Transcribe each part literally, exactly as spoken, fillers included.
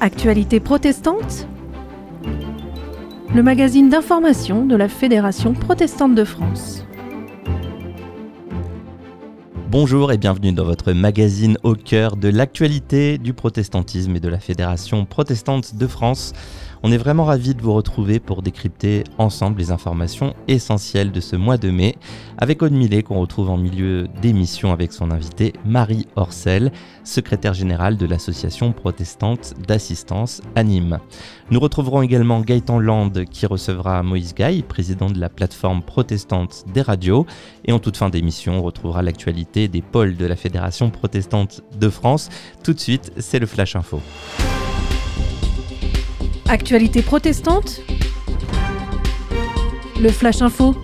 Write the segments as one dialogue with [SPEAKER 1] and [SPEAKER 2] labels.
[SPEAKER 1] Actualité protestante ? Le magazine d'information de la Fédération protestante de France.
[SPEAKER 2] Bonjour et bienvenue dans votre magazine au cœur de l'actualité du protestantisme et de la Fédération protestante de France. On est vraiment ravis de vous retrouver pour décrypter ensemble les informations essentielles de ce mois de mai avec Aude Millet qu'on retrouve en milieu d'émission avec son invité Marie Orcel, secrétaire générale de l'association protestante d'assistance à Nîmes. Nous retrouverons également Gaëtan Land qui recevra Moïse Gaille, président de la plateforme protestante des radios. Et en toute fin d'émission, on retrouvera l'actualité des pôles de la Fédération protestante de France. Tout de suite, c'est le Flash Info.
[SPEAKER 1] Actualité protestante ? Le Flash Info.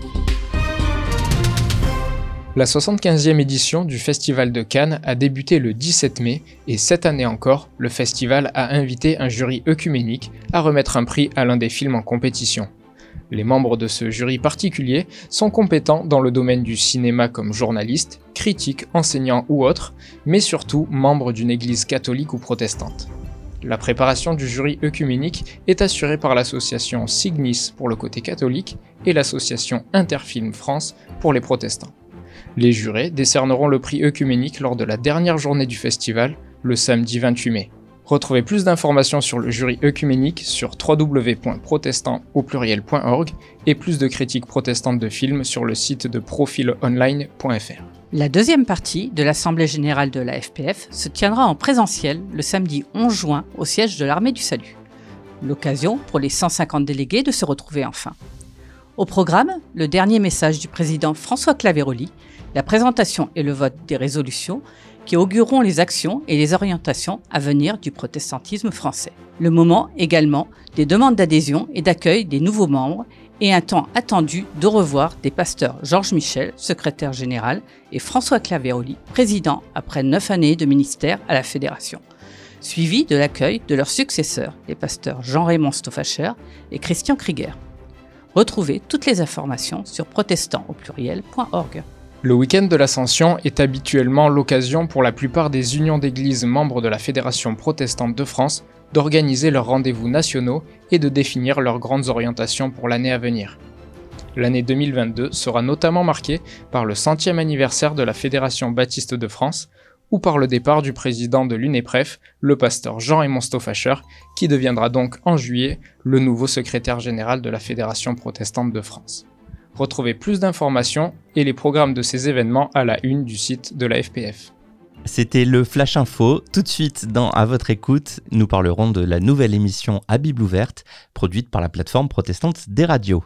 [SPEAKER 3] La soixante-quinzième édition du Festival de Cannes a débuté le dix-sept mai et cette année encore, le festival a invité un jury œcuménique à remettre un prix à l'un des films en compétition. Les membres de ce jury particulier sont compétents dans le domaine du cinéma comme journalistes, critiques, enseignants ou autres, mais surtout membres d'une église catholique ou protestante. La préparation du jury œcuménique est assurée par l'association Signis pour le côté catholique et l'association Interfilm France pour les protestants. Les jurés décerneront le prix œcuménique lors de la dernière journée du festival, le samedi vingt-huit mai. Retrouvez plus d'informations sur le jury œcuménique sur w w w point protestant au pluriel point org et plus de critiques protestantes de films sur le site de profil online point f r.
[SPEAKER 4] La deuxième partie de l'Assemblée générale de la F P F se tiendra en présentiel le samedi onze juin au siège de l'Armée du Salut. L'occasion pour les cent cinquante délégués de se retrouver enfin. Au programme, le dernier message du président François Claveroli, la présentation et le vote des résolutions qui augureront les actions et les orientations à venir du protestantisme français. Le moment également des demandes d'adhésion et d'accueil des nouveaux membres et un temps attendu de revoir des pasteurs Georges Michel, secrétaire général, et François Claveroli, président après neuf années de ministère à la Fédération, suivi de l'accueil de leurs successeurs, les pasteurs Jean-Raymond Stoffacher et Christian Krieger. Retrouvez toutes les informations sur protestant au pluriel point org.
[SPEAKER 3] Le week-end de l'Ascension est habituellement l'occasion pour la plupart des unions d'églises membres de la Fédération protestante de France d'organiser leurs rendez-vous nationaux et de définir leurs grandes orientations pour l'année à venir. L'année deux mille vingt-deux sera notamment marquée par le centième anniversaire de la Fédération baptiste de France ou par le départ du président de l'UNEPREF, le pasteur Jean-Raymond Stoffacher, qui deviendra donc en juillet le nouveau secrétaire général de la Fédération protestante de France. Retrouvez plus d'informations et les programmes de ces événements à la une du site de la F P F.
[SPEAKER 2] C'était le Flash Info. Tout de suite, dans À votre écoute, nous parlerons de la nouvelle émission À Bible ouverte, produite par la plateforme protestante des radios.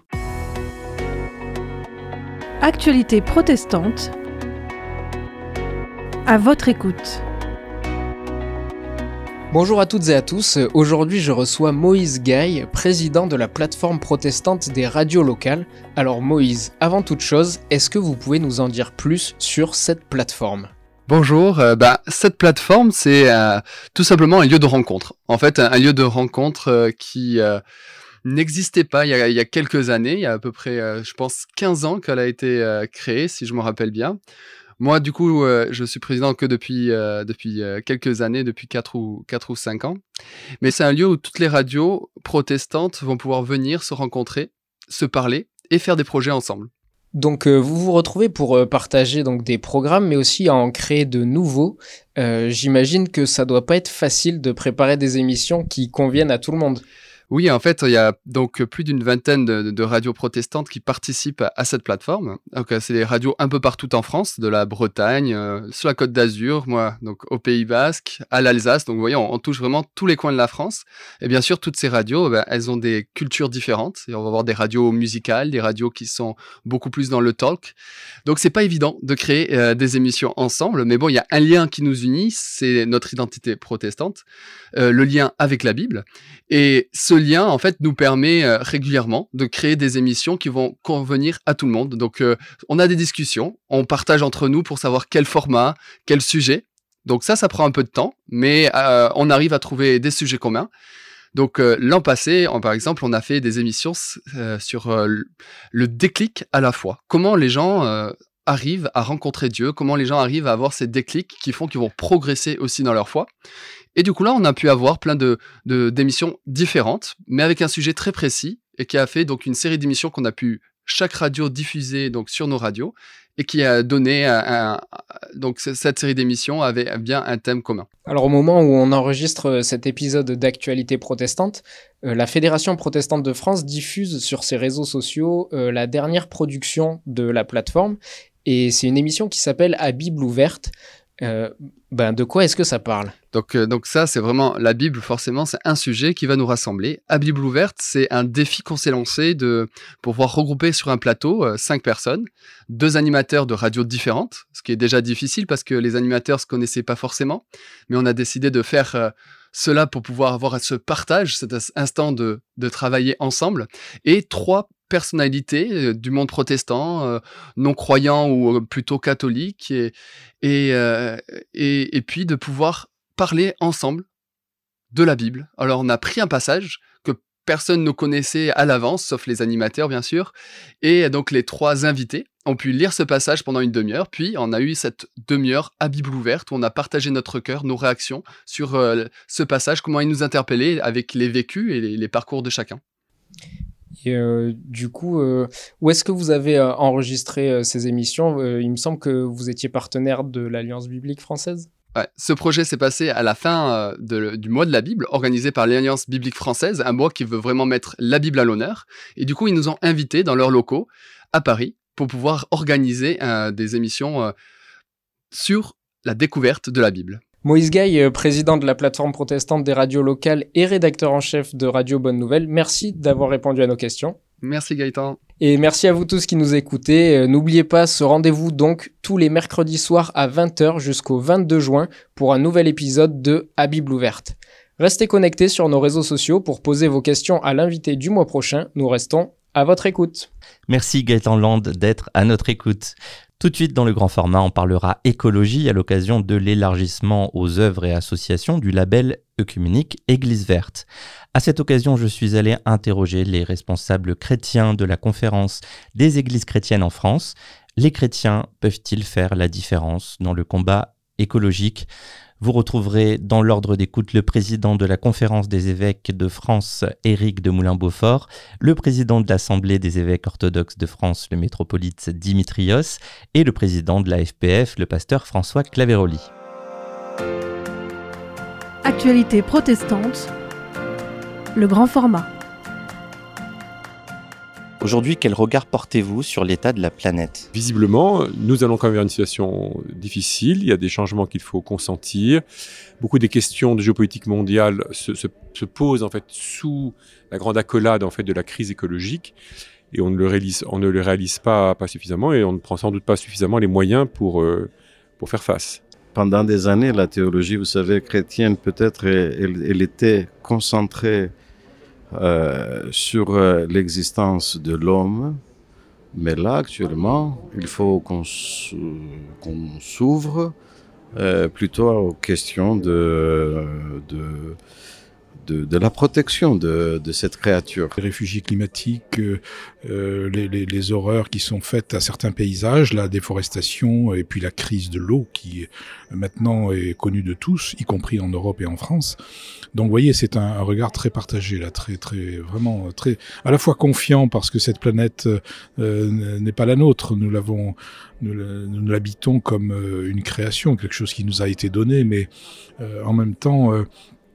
[SPEAKER 1] Actualité protestante. À votre écoute.
[SPEAKER 3] Bonjour à toutes et à tous, aujourd'hui je reçois Moïse Gaille, président de la plateforme protestante des radios locales. Alors Moïse, avant toute chose, est-ce que vous pouvez nous en dire plus sur cette plateforme ?
[SPEAKER 5] Bonjour, euh, bah, cette plateforme c'est euh, tout simplement un lieu de rencontre. En fait, un, un lieu de rencontre euh, qui euh, n'existait pas il y, a, il y a quelques années, il y a à peu près, euh, je pense, quinze ans qu'elle a été euh, créée, si je me rappelle bien. Moi, du coup, euh, je suis président que depuis, euh, depuis euh, quelques années, depuis quatre ou cinq ans. Mais c'est un lieu où toutes les radios protestantes vont pouvoir venir se rencontrer, se parler et faire des projets ensemble.
[SPEAKER 3] Donc, euh, vous vous retrouvez pour euh, partager donc, des programmes, mais aussi à en créer de nouveaux. Euh, j'imagine que ça doit pas être facile de préparer des émissions qui conviennent à tout le monde.
[SPEAKER 5] Oui, en fait, il y a donc plus d'une vingtaine de, de radios protestantes qui participent à, à cette plateforme. Donc, c'est des radios un peu partout en France, de la Bretagne, euh, sur la Côte d'Azur, moi, donc au Pays Basque, à l'Alsace. Donc, vous voyez, on, on touche vraiment tous les coins de la France. Et bien sûr, toutes ces radios, ben, elles ont des cultures différentes. Et on va avoir des radios musicales, des radios qui sont beaucoup plus dans le talk. Donc, c'est pas évident de créer euh, des émissions ensemble. Mais bon, il y a un lien qui nous unit, c'est notre identité protestante, euh, le lien avec la Bible. Et ce lien, en fait, nous permet euh, régulièrement de créer des émissions qui vont convenir à tout le monde. Donc, euh, on a des discussions, on partage entre nous pour savoir quel format, quel sujet. Donc ça, ça prend un peu de temps, mais euh, on arrive à trouver des sujets communs. Donc euh, l'an passé, on, par exemple, on a fait des émissions euh, sur euh, le déclic à la foi. Comment les gens euh, arrivent à rencontrer Dieu, comment les gens arrivent à avoir ces déclics qui font qu'ils vont progresser aussi dans leur foi. Et du coup là, on a pu avoir plein de, de d'émissions différentes, mais avec un sujet très précis, et qui a fait donc une série d'émissions qu'on a pu chaque radio diffuser donc sur nos radios, et qui a donné un, un, donc cette série d'émissions avait bien un thème commun.
[SPEAKER 3] Alors au moment où on enregistre cet épisode d'actualité protestante, euh, la Fédération protestante de France diffuse sur ses réseaux sociaux euh, la dernière production de la plateforme, et c'est une émission qui s'appelle À Bible ouverte. Euh, ben de quoi est-ce que ça parle ?
[SPEAKER 5] Donc, euh, donc ça, c'est vraiment la Bible, forcément, c'est un sujet qui va nous rassembler. À Bible ouverte, c'est un défi qu'on s'est lancé de pouvoir regrouper sur un plateau euh, cinq personnes, deux animateurs de radios différentes, ce qui est déjà difficile parce que les animateurs se connaissaient pas forcément, mais on a décidé de faire euh, cela pour pouvoir avoir ce partage, cet instant de, de travailler ensemble, et trois personnalités euh, du monde protestant, euh, non-croyants ou euh, plutôt catholiques, et, et, euh, et, et puis de pouvoir parler ensemble de la Bible. Alors on a pris un passage que personne ne connaissait à l'avance, sauf les animateurs bien sûr, et donc les trois invités ont pu lire ce passage pendant une demi-heure, puis on a eu cette demi-heure à Bible ouverte où on a partagé notre cœur, nos réactions sur euh, ce passage, comment il nous interpellait avec les vécus et les, les parcours de chacun.
[SPEAKER 3] Et euh, du coup, euh, où est-ce que vous avez euh, enregistré euh, ces émissions ? euh, Il me semble que vous étiez partenaire de l'Alliance biblique française.
[SPEAKER 5] Ouais, ce projet s'est passé à la fin euh, de, du mois de la Bible, organisé par l'Alliance biblique française, un mois qui veut vraiment mettre la Bible à l'honneur. Et du coup, ils nous ont invités dans leurs locaux à Paris pour pouvoir organiser euh, des émissions euh, sur la découverte de la Bible.
[SPEAKER 3] Moïse Gaille, président de la plateforme protestante des radios locales et rédacteur en chef de Radio Bonne Nouvelle, merci d'avoir répondu à nos questions.
[SPEAKER 5] Merci Gaëtan.
[SPEAKER 3] Et merci à vous tous qui nous écoutez. Euh, n'oubliez pas ce rendez-vous donc tous les mercredis soirs à vingt heures jusqu'au vingt-deux juin pour un nouvel épisode de À Bible ouverte. Restez connectés sur nos réseaux sociaux pour poser vos questions à l'invité du mois prochain. Nous restons à votre écoute.
[SPEAKER 2] Merci Gaëtan Land d'être à notre écoute. Tout de suite dans le grand format, on parlera écologie à l'occasion de l'élargissement aux œuvres et associations du label œcuménique Église verte. À cette occasion, je suis allé interroger les responsables chrétiens de la conférence des églises chrétiennes en France. Les chrétiens peuvent-ils faire la différence dans le combat écologique ? Vous retrouverez dans l'ordre d'écoute le président de la conférence des évêques de France, Éric de Moulin-Beaufort, le président de l'Assemblée des évêques orthodoxes de France, le métropolite Dimitrios, et le président de la F P F, le pasteur François Claveroli.
[SPEAKER 1] Actualité protestante, le grand format.
[SPEAKER 2] Aujourd'hui, quel regard portez-vous sur l'état de la planète ?
[SPEAKER 6] Visiblement, nous allons quand même vers une situation difficile. Il y a des changements qu'il faut consentir. Beaucoup des questions de géopolitique mondiale se, se, se posent en fait sous la grande accolade en fait de la crise écologique, et on ne le réalise, on ne le réalise pas, pas suffisamment, et on ne prend sans doute pas suffisamment les moyens pour euh, pour faire face.
[SPEAKER 7] Pendant des années, la théologie, vous savez, chrétienne, peut-être, elle, elle était concentrée Euh, sur euh, l'existence de l'homme, mais là actuellement il faut qu'on, s- qu'on s'ouvre euh, plutôt aux questions de, de, de, de la protection de, de cette créature.
[SPEAKER 8] Les réfugiés climatiques, euh, les, les, les horreurs qui sont faites à certains paysages, la déforestation et puis la crise de l'eau qui maintenant est connue de tous, y compris en Europe et en France. Donc, vous voyez, c'est un, un regard très partagé, là, très, très, vraiment, très, à la fois confiant parce que cette planète euh, n'est pas la nôtre. Nous l'avons, nous, nous l'habitons comme euh, une création, quelque chose qui nous a été donné, mais euh, en même temps, euh,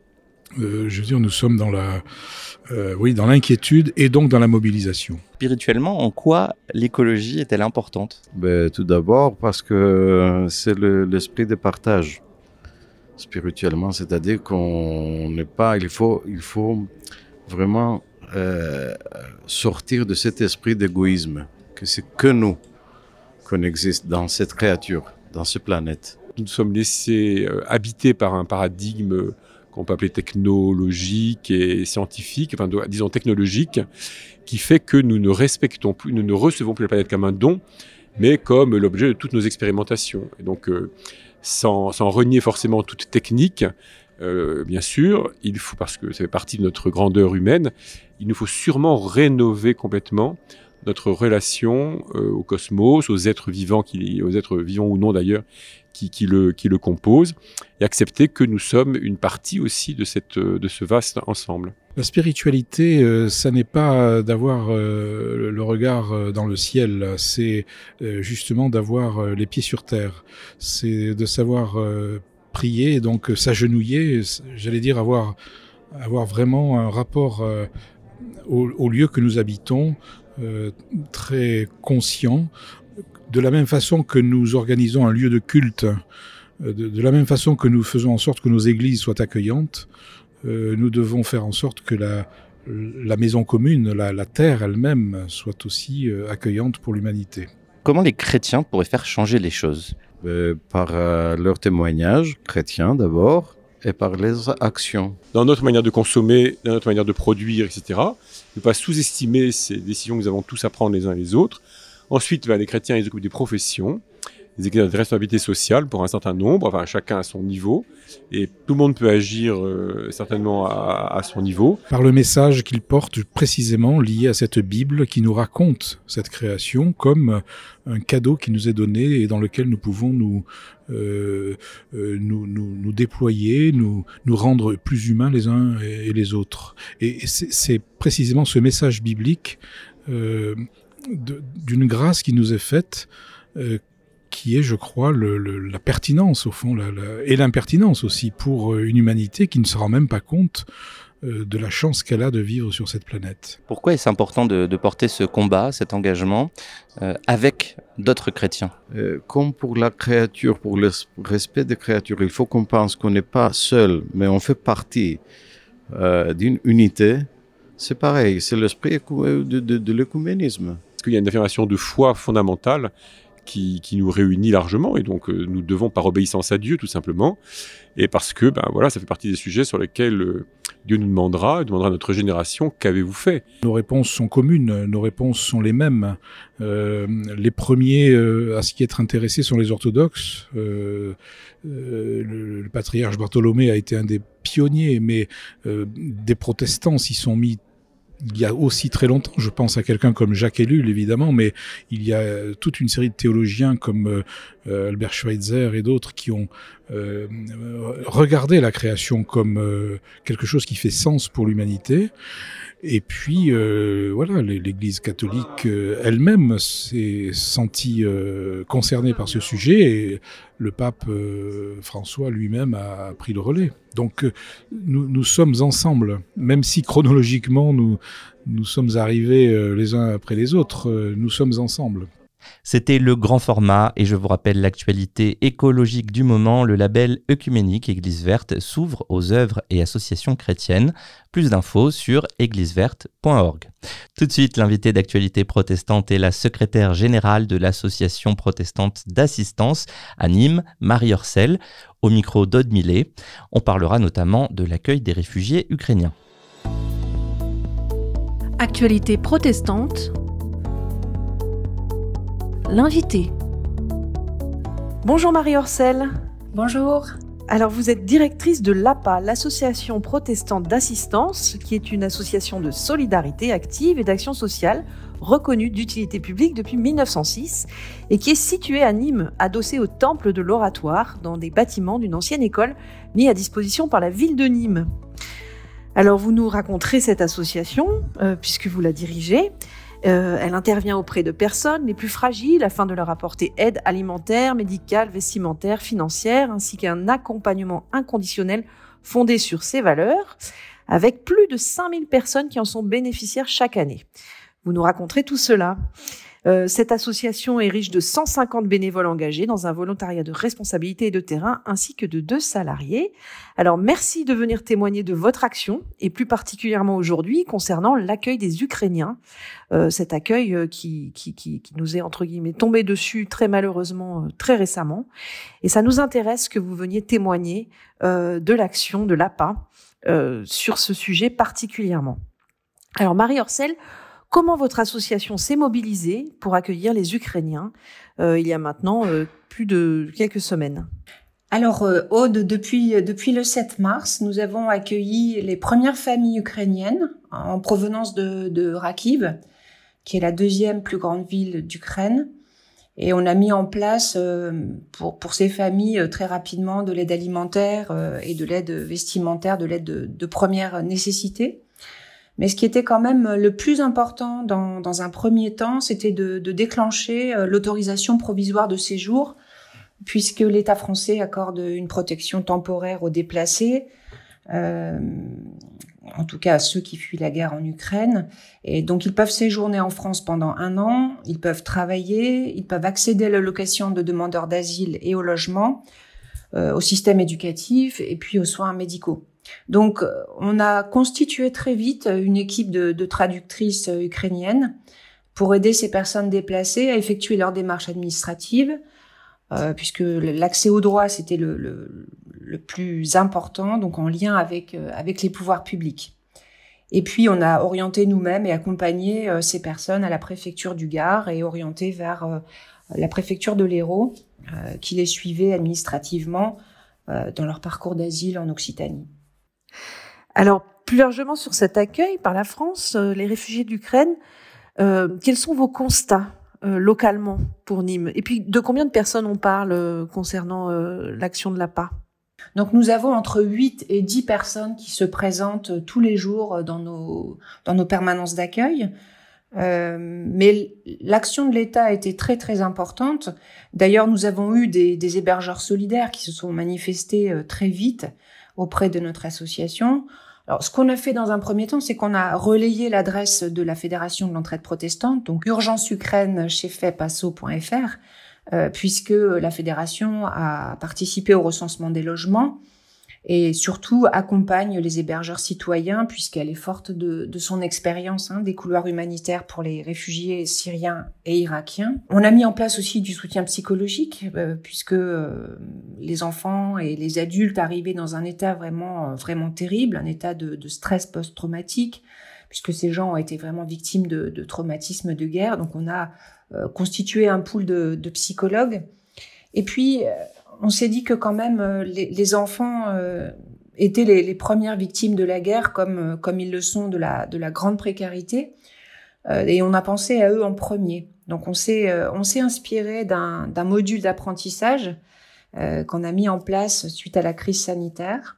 [SPEAKER 8] euh, je veux dire, nous sommes dans la, euh, oui, dans l'inquiétude et donc dans la mobilisation.
[SPEAKER 2] Spirituellement, en quoi l'écologie est-elle importante ?
[SPEAKER 7] Ben, tout d'abord parce que c'est le, l'esprit de partage. Spirituellement, c'est-à-dire qu'on n'est pas, il faut, il faut vraiment euh, sortir de cet esprit d'égoïsme, que c'est que nous qu'on existe dans cette créature, dans cette planète.
[SPEAKER 6] Nous sommes laissés euh, habités par un paradigme qu'on peut appeler technologique et scientifique, enfin disons technologique, qui fait que nous ne respectons plus, nous ne recevons plus la planète comme un don, mais comme l'objet de toutes nos expérimentations. Et donc, euh, Sans, sans renier forcément toute technique, euh, bien sûr, il faut, parce que ça fait partie de notre grandeur humaine, il nous faut sûrement rénover complètement notre relation euh, au cosmos, aux êtres vivants, qui, aux êtres vivants ou non d'ailleurs, qui, qui, le, qui le composent, et accepter que nous sommes une partie aussi de, cette, de ce vaste ensemble.
[SPEAKER 8] La spiritualité, euh, ça n'est pas d'avoir euh, le regard dans le ciel, c'est euh, justement d'avoir euh, les pieds sur terre, c'est de savoir euh, prier, donc s'agenouiller, j'allais dire avoir, avoir vraiment un rapport euh, au, au lieu que nous habitons, euh, très conscient, de la même façon que nous organisons un lieu de culte, de, de la même façon que nous faisons en sorte que nos églises soient accueillantes, euh, nous devons faire en sorte que la, la maison commune, la, la terre elle-même, soit aussi euh, accueillante pour l'humanité.
[SPEAKER 2] Comment les chrétiens pourraient faire changer les choses ?
[SPEAKER 7] euh, Par euh, leur témoignage chrétien d'abord, et par les actions.
[SPEAKER 6] Dans notre manière de consommer, dans notre manière de produire, et cetera, ne pas sous-estimer ces décisions que nous avons tous à prendre les uns les autres. Ensuite, ben, les chrétiens, ils occupent des professions, ils occupent des responsabilités sociales pour un certain nombre, enfin chacun à son niveau, et tout le monde peut agir euh, certainement à, à son niveau.
[SPEAKER 8] Par le message qu'ils portent précisément lié à cette Bible qui nous raconte cette création comme un cadeau qui nous est donné et dans lequel nous pouvons nous, euh, euh, nous, nous, nous déployer, nous, nous rendre plus humains les uns et les autres. Et c'est, c'est précisément ce message biblique euh, de, d'une grâce qui nous est faite, euh, qui est, je crois, le, le, la pertinence, au fond, la, la, et l'impertinence aussi, pour une humanité qui ne se rend même pas compte euh, de la chance qu'elle a de vivre sur cette planète.
[SPEAKER 2] Pourquoi est-ce important de, de porter ce combat, cet engagement, euh, avec d'autres chrétiens ?
[SPEAKER 7] euh, Comme pour la créature, pour le respect des créatures, il faut qu'on pense qu'on n'est pas seul, mais on fait partie euh, d'une unité. C'est pareil, c'est l'esprit de, de, de l'écuménisme.
[SPEAKER 6] Parce qu'il y a une affirmation de foi fondamentale qui, qui nous réunit largement, et donc euh, nous devons par obéissance à Dieu tout simplement, et parce que ben voilà, ça fait partie des sujets sur lesquels euh, Dieu nous demandera, demandera à notre génération, qu'avez-vous fait ?
[SPEAKER 8] Nos réponses sont communes, nos réponses sont les mêmes. Euh, les premiers euh, à s'y être intéressés sont les orthodoxes. Euh, euh, le, le patriarche Bartholomée a été un des pionniers, mais euh, des protestants s'y sont mis il y a aussi très longtemps. Je pense à quelqu'un comme Jacques Ellul, évidemment, mais il y a toute une série de théologiens comme euh, Albert Schweitzer et d'autres qui ont euh, regardé la création comme euh, quelque chose qui fait sens pour l'humanité. Et puis, euh, voilà, l'Église catholique euh, elle-même s'est sentie euh, concernée par ce sujet, et le pape euh, François lui-même a pris le relais. Donc, euh, nous, nous sommes ensemble, même si chronologiquement nous, nous sommes arrivés euh, les uns après les autres, euh, nous sommes ensemble.
[SPEAKER 2] C'était le grand format, et je vous rappelle l'actualité écologique du moment. Le label œcuménique Église Verte s'ouvre aux œuvres et associations chrétiennes. Plus d'infos sur église verte point org. Tout de suite, l'invité d'actualité protestante est la secrétaire générale de l'association protestante d'assistance à Nîmes, Marie Orcel, au micro d'Aude Millet. On parlera notamment de l'accueil des réfugiés ukrainiens.
[SPEAKER 1] Actualité protestante. L'invité. Bonjour Marie Orcel.
[SPEAKER 9] Bonjour.
[SPEAKER 1] Alors vous êtes directrice de l'A P A, l'association protestante d'assistance, qui est une association de solidarité active et d'action sociale reconnue d'utilité publique depuis mille neuf cent six et qui est située à Nîmes, adossée au temple de l'Oratoire, dans des bâtiments d'une ancienne école mis à disposition par la ville de Nîmes. Alors vous nous raconterez cette association, euh, puisque vous la dirigez. Euh, elle intervient auprès de personnes les plus fragiles afin de leur apporter aide alimentaire, médicale, vestimentaire, financière, ainsi qu'un accompagnement inconditionnel fondé sur ces valeurs, avec plus de cinq mille personnes qui en sont bénéficiaires chaque année. Vous nous raconterez tout cela. Euh, cette association est riche de cent cinquante bénévoles engagés dans un volontariat de responsabilité et de terrain, ainsi que de deux salariés. Alors merci de venir témoigner de votre action, et plus particulièrement aujourd'hui concernant l'accueil des Ukrainiens. Euh, cet accueil euh, qui, qui, qui, qui nous est entre guillemets tombé dessus très malheureusement euh, très récemment. Et ça nous intéresse que vous veniez témoigner euh, de l'action de l'A P A euh, sur ce sujet particulièrement. Alors Marie Orcel, comment votre association s'est mobilisée pour accueillir les Ukrainiens euh, il y a maintenant euh, plus de quelques semaines?
[SPEAKER 9] Alors, euh, Aude, depuis, depuis le sept mars, nous avons accueilli les premières familles ukrainiennes en provenance de, de Rakiv, qui est la deuxième plus grande ville d'Ukraine. Et on a mis en place euh, pour, pour ces familles euh, très rapidement de l'aide alimentaire euh, et de l'aide vestimentaire, de l'aide de, de première nécessité. Mais ce qui était quand même le plus important dans, dans un premier temps, c'était de, de déclencher euh, l'autorisation provisoire de séjour, puisque l'État français accorde une protection temporaire aux déplacés, euh, en tout cas à ceux qui fuient la guerre en Ukraine. Et donc, ils peuvent séjourner en France pendant un an, ils peuvent travailler, ils peuvent accéder à l'allocation de demandeurs d'asile et au logement, euh, au système éducatif et puis aux soins médicaux. Donc, on a constitué très vite une équipe de, de traductrices ukrainiennes pour aider ces personnes déplacées à effectuer leurs démarches administratives, euh, puisque l'accès aux droits, c'était le, le, le plus important, donc en lien avec, euh, avec les pouvoirs publics. Et puis, on a orienté nous-mêmes et accompagné euh, ces personnes à la préfecture du Gard et orienté vers euh, la préfecture de l'Hérault, euh, qui les suivait administrativement euh, dans leur parcours d'asile en Occitanie.
[SPEAKER 1] Alors, plus largement sur cet accueil par la France, euh, les réfugiés d'Ukraine, euh, quels sont vos constats euh, localement pour Nîmes? Et puis, de combien de personnes on parle euh, concernant euh, l'action de l'A P A?
[SPEAKER 9] Donc, nous avons entre huit et dix personnes qui se présentent tous les jours dans nos, dans nos permanences d'accueil. Euh, mais l'action de l'État a été très, très importante. D'ailleurs, nous avons eu des, des hébergeurs solidaires qui se sont manifestés euh, très vite auprès de notre association. Alors, ce qu'on a fait dans un premier temps, c'est qu'on a relayé l'adresse de la Fédération de l'entraide protestante, donc urgence Ukraine chez f e p asso point f r, euh, puisque la Fédération a participé au recensement des logements et surtout accompagne les hébergeurs citoyens, puisqu'elle est forte de, de son expérience hein, des couloirs humanitaires pour les réfugiés syriens et irakiens. On a mis en place aussi du soutien psychologique, euh, puisque euh, les enfants et les adultes arrivaient dans un état vraiment, euh, vraiment terrible, un état de, de stress post-traumatique, puisque ces gens ont été vraiment victimes de, de traumatismes de guerre. Donc on a euh, constitué un pool de, de psychologues. Et puis, euh, on s'est dit que quand même euh, les, les enfants euh, étaient les, les premières victimes de la guerre, comme euh, comme ils le sont de la de la grande précarité, euh, et on a pensé à eux en premier. Donc on s'est euh, on s'est inspiré d'un d'un module d'apprentissage euh, qu'on a mis en place suite à la crise sanitaire.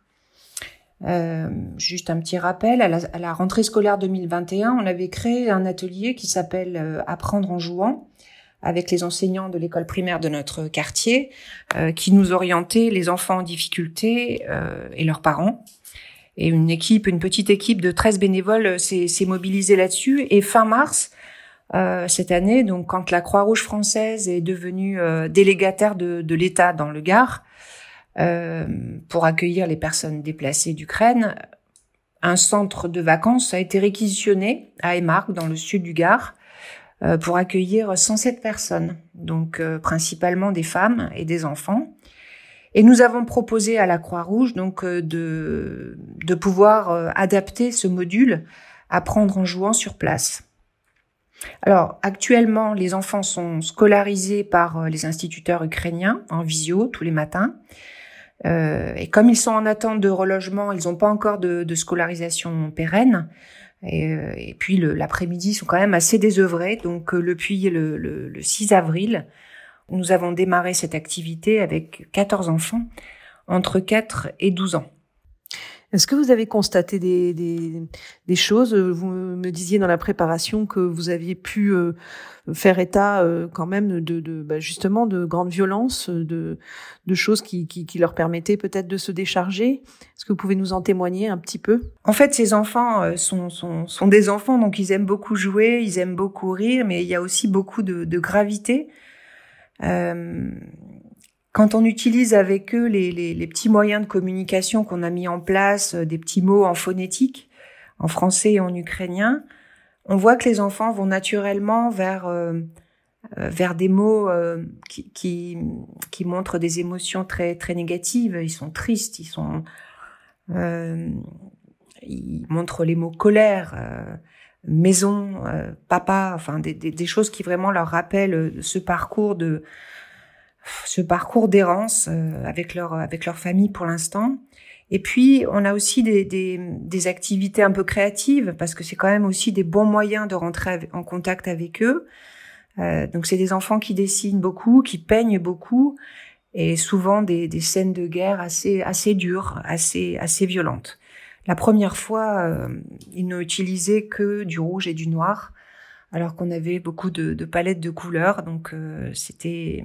[SPEAKER 9] Euh, juste un petit rappel, à la, à la rentrée scolaire deux mille vingt et un, on avait créé un atelier qui s'appelle euh, Apprendre en jouant, avec les enseignants de l'école primaire de notre quartier, euh, qui nous orientaient les enfants en difficulté euh, et leurs parents. Et une équipe, une petite équipe de treize bénévoles s'est, s'est mobilisée là-dessus. Et fin mars, euh, cette année, donc quand la Croix-Rouge française est devenue euh, délégataire de, de l'État dans le Gard, euh, pour accueillir les personnes déplacées d'Ukraine, un centre de vacances a été réquisitionné à Émarques, dans le sud du Gard, pour accueillir cent sept personnes, donc euh, principalement des femmes et des enfants. Et nous avons proposé à la Croix-Rouge donc euh, de de pouvoir euh, adapter ce module Apprendre en jouant sur place. Alors actuellement, les enfants sont scolarisés par euh, les instituteurs ukrainiens en visio tous les matins. Euh, et comme ils sont en attente de relogement, ils n'ont pas encore de, de scolarisation pérenne. Et, euh, et puis le, l'après-midi, ils sont quand même assez désœuvrés. Donc euh, depuis le, le, le six avril, nous avons démarré cette activité avec quatorze enfants entre quatre et douze ans.
[SPEAKER 1] Est-ce que vous avez constaté des, des, des choses? Vous me disiez dans la préparation que vous aviez pu euh, faire état euh, quand même de, de bah justement de grandes violences, de, de choses qui, qui, qui leur permettaient peut-être de se décharger. Est-ce que vous pouvez nous en témoigner un petit peu?
[SPEAKER 9] En fait, ces enfants euh, sont, sont, sont des enfants, donc ils aiment beaucoup jouer, ils aiment beaucoup rire, mais il y a aussi beaucoup de, de gravité. Euh, Quand on utilise avec eux les, les, les petits moyens de communication qu'on a mis en place, des petits mots en phonétique, en français et en ukrainien, on voit que les enfants vont naturellement vers euh, vers des mots euh, qui, qui qui montrent des émotions très très négatives. Ils sont tristes, ils sont euh, ils montrent les mots colère, euh, maison, euh, papa, enfin des, des des choses qui vraiment leur rappellent ce parcours de ce parcours d'errance euh, avec leur avec leur famille pour l'instant. Et puis, on a aussi des, des, des activités un peu créatives, parce que c'est quand même aussi des bons moyens de rentrer en contact avec eux. Euh, donc, c'est des enfants qui dessinent beaucoup, qui peignent beaucoup, et souvent des, des scènes de guerre assez, assez dures, assez, assez violentes. La première fois, euh, ils n'ont utilisé que du rouge et du noir, alors qu'on avait beaucoup de, de palettes de couleurs, donc euh, c'était...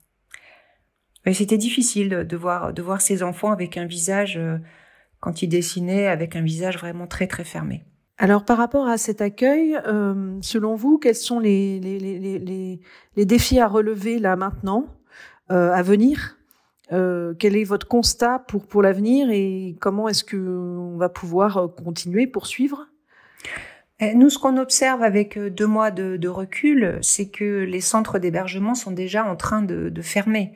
[SPEAKER 9] Mais c'était difficile de voir, de voir ces enfants avec un visage, euh, quand ils dessinaient, avec un visage vraiment très très fermé.
[SPEAKER 1] Alors par rapport à cet accueil, euh, selon vous, quels sont les, les, les, les, les défis à relever là maintenant, euh, à venir ? euh, Quel est votre constat pour, pour l'avenir et comment est-ce qu'on va pouvoir continuer, poursuivre ?
[SPEAKER 9] Nous, ce qu'on observe avec deux mois de, de recul, c'est que les centres d'hébergement sont déjà en train de, de fermer.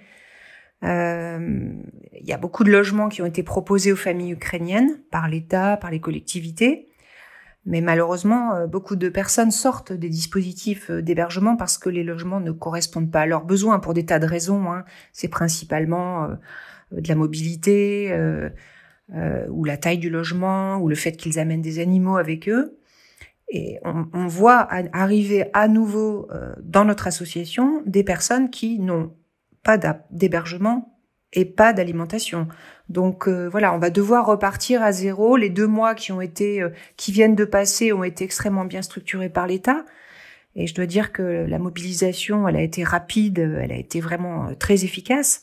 [SPEAKER 9] Euh, il y a beaucoup de logements qui ont été proposés aux familles ukrainiennes par l'État, par les collectivités, mais malheureusement, beaucoup de personnes sortent des dispositifs d'hébergement parce que les logements ne correspondent pas à leurs besoins pour des tas de raisons. Hein. C'est principalement euh, de la mobilité, euh, euh, ou la taille du logement, ou le fait qu'ils amènent des animaux avec eux. Et on, on voit arriver à nouveau euh, dans notre association des personnes qui n'ont pas d'hébergement et pas d'alimentation. Donc euh, voilà, on va devoir repartir à zéro. Les deux mois qui ont été, euh, qui viennent de passer, ont été extrêmement bien structurés par l'État. Et je dois dire que la mobilisation, elle a été rapide, elle a été vraiment très efficace.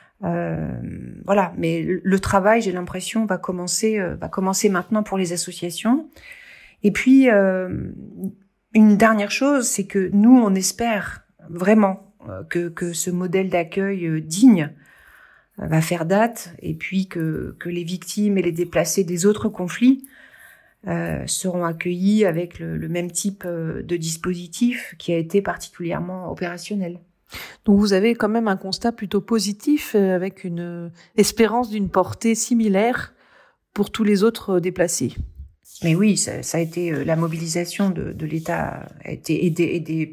[SPEAKER 9] Euh, voilà, mais le travail, j'ai l'impression, va commencer, euh, va commencer maintenant pour les associations. Et puis euh, une dernière chose, c'est que nous, on espère vraiment que, que ce modèle d'accueil digne va faire date et puis que, que les victimes et les déplacés des autres conflits euh, seront accueillis avec le, le même type de dispositif qui a été particulièrement opérationnel.
[SPEAKER 1] Donc vous avez quand même un constat plutôt positif avec une espérance d'une portée similaire pour tous les autres déplacés.
[SPEAKER 9] Mais oui, ça, ça a été la mobilisation de, de l'État a été et des, et des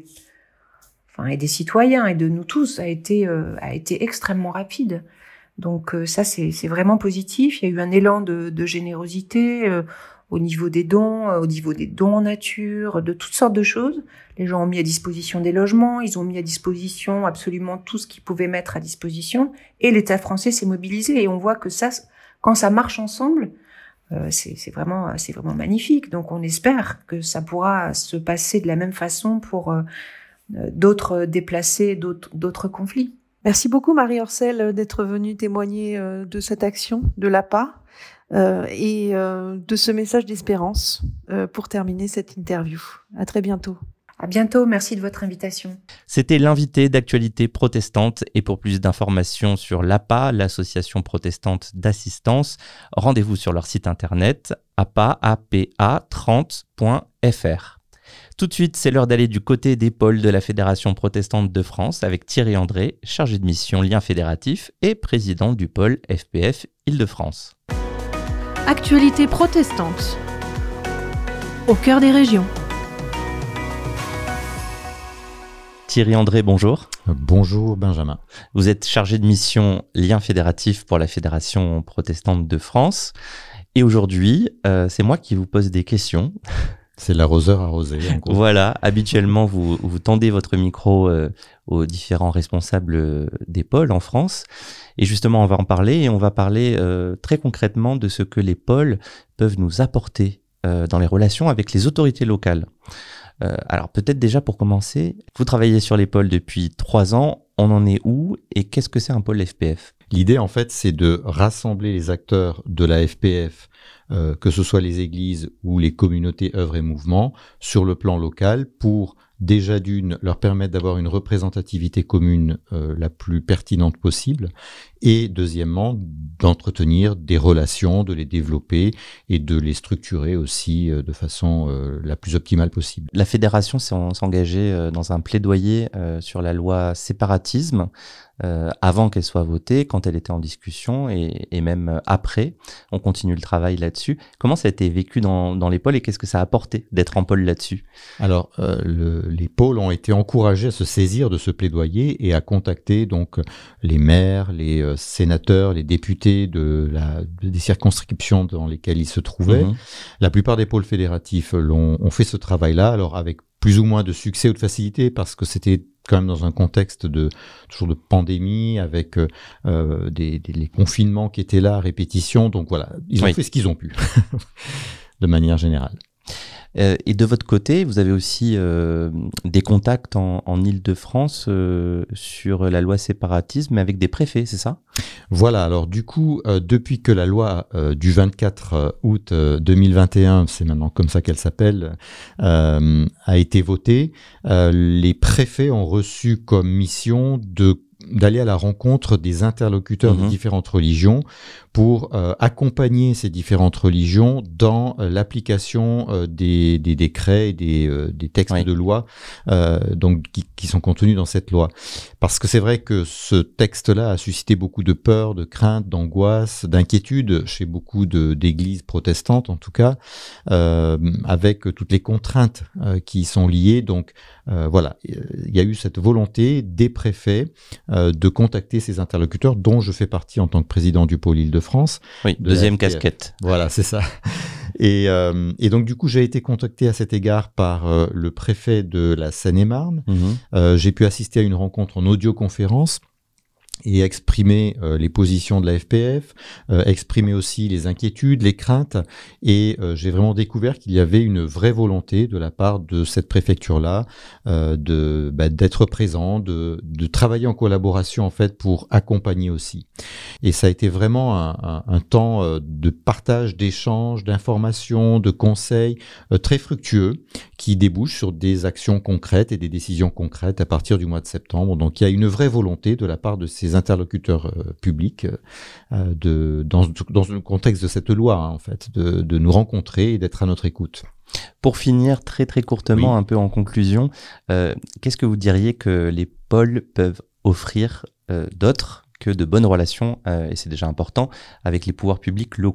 [SPEAKER 9] Enfin, et des citoyens et de nous tous a été euh, a été extrêmement rapide. Donc euh, ça c'est c'est vraiment positif. Il y a eu un élan de, de générosité euh, au niveau des dons, euh, au niveau des dons en nature, de toutes sortes de choses. Les gens ont mis à disposition des logements, ils ont mis à disposition absolument tout ce qu'ils pouvaient mettre à disposition. Et l'État français s'est mobilisé et on voit que ça, quand ça marche ensemble, euh, c'est c'est vraiment c'est vraiment magnifique. Donc on espère que ça pourra se passer de la même façon pour euh, d'autres déplacés, d'autres, d'autres conflits.
[SPEAKER 1] Merci beaucoup Marie Orcel d'être venue témoigner de cette action de l'A P A euh, et euh, de ce message d'espérance euh, pour terminer cette interview. À très bientôt.
[SPEAKER 9] À bientôt, merci de votre invitation.
[SPEAKER 2] C'était l'invité d'actualité protestante et pour plus d'informations sur l'A P A, l'association protestante d'assistance, rendez-vous sur leur site internet a p a trente point f r. Tout de suite, c'est l'heure d'aller du côté des pôles de la Fédération protestante de France avec Thierry André, chargé de mission lien fédératif et président du pôle F P F Île-de-France.
[SPEAKER 10] Actualité protestante au cœur des régions.
[SPEAKER 2] Thierry André, bonjour.
[SPEAKER 11] Bonjour Benjamin.
[SPEAKER 2] Vous êtes chargé de mission lien fédératif pour la Fédération protestante de France. Et aujourd'hui, euh, c'est moi qui vous pose des questions.
[SPEAKER 11] C'est l'arroseur arrosé.
[SPEAKER 2] Voilà, habituellement, vous, vous tendez votre micro euh, aux différents responsables des pôles en France. Et justement, on va en parler et on va parler euh, très concrètement de ce que les pôles peuvent nous apporter euh, dans les relations avec les autorités locales. Euh, alors peut-être déjà pour commencer, vous travaillez sur les pôles depuis trois ans. On en est où et qu'est-ce que c'est un pôle F P F ?
[SPEAKER 11] L'idée, en fait, c'est de rassembler les acteurs de la F P F, euh, que ce soit les églises ou les communautés œuvres et mouvements, sur le plan local pour, déjà d'une, leur permettre d'avoir une représentativité commune euh, la plus pertinente possible et, deuxièmement, d'entretenir des relations, de les développer et de les structurer aussi euh, de façon euh, la plus optimale possible.
[SPEAKER 2] La fédération s'est engagée euh, dans un plaidoyer euh, sur la loi séparatisme euh, avant qu'elle soit votée, quand elle était en discussion et, et même après. On continue le travail là-dessus. Comment ça a été vécu dans, dans les pôles et qu'est-ce que ça a apporté d'être en pôle là-dessus ?
[SPEAKER 11] Alors, euh, le, les pôles ont été encouragés à se saisir de ce plaidoyer et à contacter donc les maires, les euh, sénateurs, les députés de la, des circonscriptions dans lesquelles ils se trouvaient. Mmh. La plupart des pôles fédératifs l'ont, ont fait ce travail-là, alors avec plus ou moins de succès ou de facilité, parce que c'était quand même dans un contexte de toujours de pandémie, avec euh, des, des les confinements qui étaient là à répétition. Donc voilà, ils ont oui. fait ce qu'ils ont pu, de manière générale.
[SPEAKER 2] Euh, et de votre côté, vous avez aussi euh, des contacts en, en Île-de-France euh, sur la loi séparatisme, mais avec des préfets, c'est ça ?
[SPEAKER 11] Voilà, alors du coup, euh, depuis que la loi euh, du vingt-quatre août deux mille vingt et un, c'est maintenant comme ça qu'elle s'appelle, euh, a été votée, euh, les préfets ont reçu comme mission de d'aller à la rencontre des interlocuteurs mmh. de différentes religions pour euh, accompagner ces différentes religions dans euh, l'application euh, des, des décrets et des, euh, des textes oui. de loi euh, donc, qui, qui sont contenus dans cette loi. Parce que c'est vrai que ce texte-là a suscité beaucoup de peur, de crainte, d'angoisse, d'inquiétude chez beaucoup de, d'églises protestantes en tout cas, euh, avec toutes les contraintes euh, qui y sont liées. Donc euh, voilà, il y a eu cette volonté des préfets euh, de contacter ces interlocuteurs dont je fais partie en tant que président du pôle Île-de-France.
[SPEAKER 2] Oui, de deuxième casquette.
[SPEAKER 11] Voilà, c'est ça. Et, euh, et donc du coup, j'ai été contacté à cet égard par euh, le préfet de la Seine-et-Marne. Mmh. Euh, j'ai pu assister à une rencontre en audioconférence et exprimer euh, les positions de la F P F, euh, exprimer aussi les inquiétudes, les craintes, et euh, j'ai vraiment découvert qu'il y avait une vraie volonté de la part de cette préfecture-là euh, de bah, d'être présent, de, de travailler en collaboration en fait pour accompagner aussi. Et ça a été vraiment un, un, un temps euh, de partage, d'échange, d'informations, de conseils euh, très fructueux qui débouchent sur des actions concrètes et des décisions concrètes à partir du mois de septembre. Donc il y a une vraie volonté de la part de ces interlocuteurs euh, publics euh, de, dans, dans le contexte de cette loi, hein, en fait, de, de nous rencontrer et d'être à notre écoute.
[SPEAKER 2] Pour finir, très très courtement, oui. un peu en conclusion, euh, qu'est-ce que vous diriez que les pôles peuvent offrir euh, d'autres que de bonnes relations, euh, et c'est déjà important, avec les pouvoirs publics locaux ?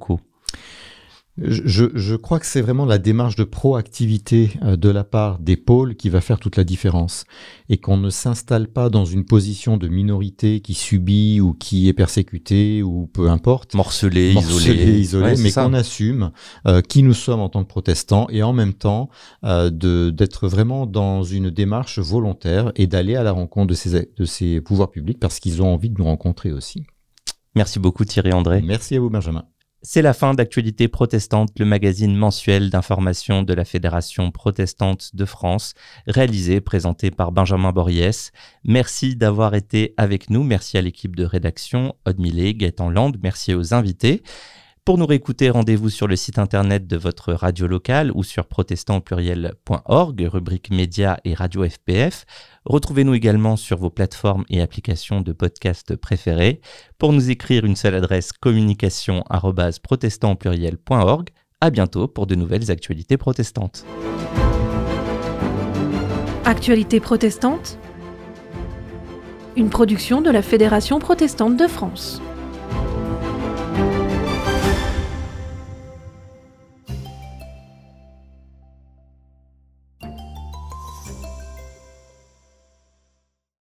[SPEAKER 11] Je, je crois que c'est vraiment la démarche de proactivité euh, de la part des pôles qui va faire toute la différence, et qu'on ne s'installe pas dans une position de minorité qui subit ou qui est persécutée ou peu importe,
[SPEAKER 2] morcelé,
[SPEAKER 11] morcelé
[SPEAKER 2] isolé,
[SPEAKER 11] isolé ouais, mais ça. Qu'on assume euh, qui nous sommes en tant que protestants, et en même temps euh, de, d'être vraiment dans une démarche volontaire et d'aller à la rencontre de ces, de ces pouvoirs publics parce qu'ils ont envie de nous rencontrer aussi.
[SPEAKER 2] Merci beaucoup Thierry André.
[SPEAKER 11] Merci à vous Benjamin.
[SPEAKER 2] C'est la fin d'Actualité protestante, le magazine mensuel d'information de la Fédération protestante de France, réalisé et présenté par Benjamin Borries. Merci d'avoir été avec nous. Merci à l'équipe de rédaction, Aude Millet, Gaëtan Land. Merci aux invités. Pour nous réécouter, rendez-vous sur le site internet de votre radio locale ou sur protestant au pluriel point org, rubrique médias et radio F P F. Retrouvez-nous également sur vos plateformes et applications de podcast préférées. Pour nous écrire, une seule adresse, communication arobase protestant au pluriel point org. À bientôt pour de nouvelles actualités protestantes.
[SPEAKER 10] Actualité protestante, une production de la Fédération protestante de France.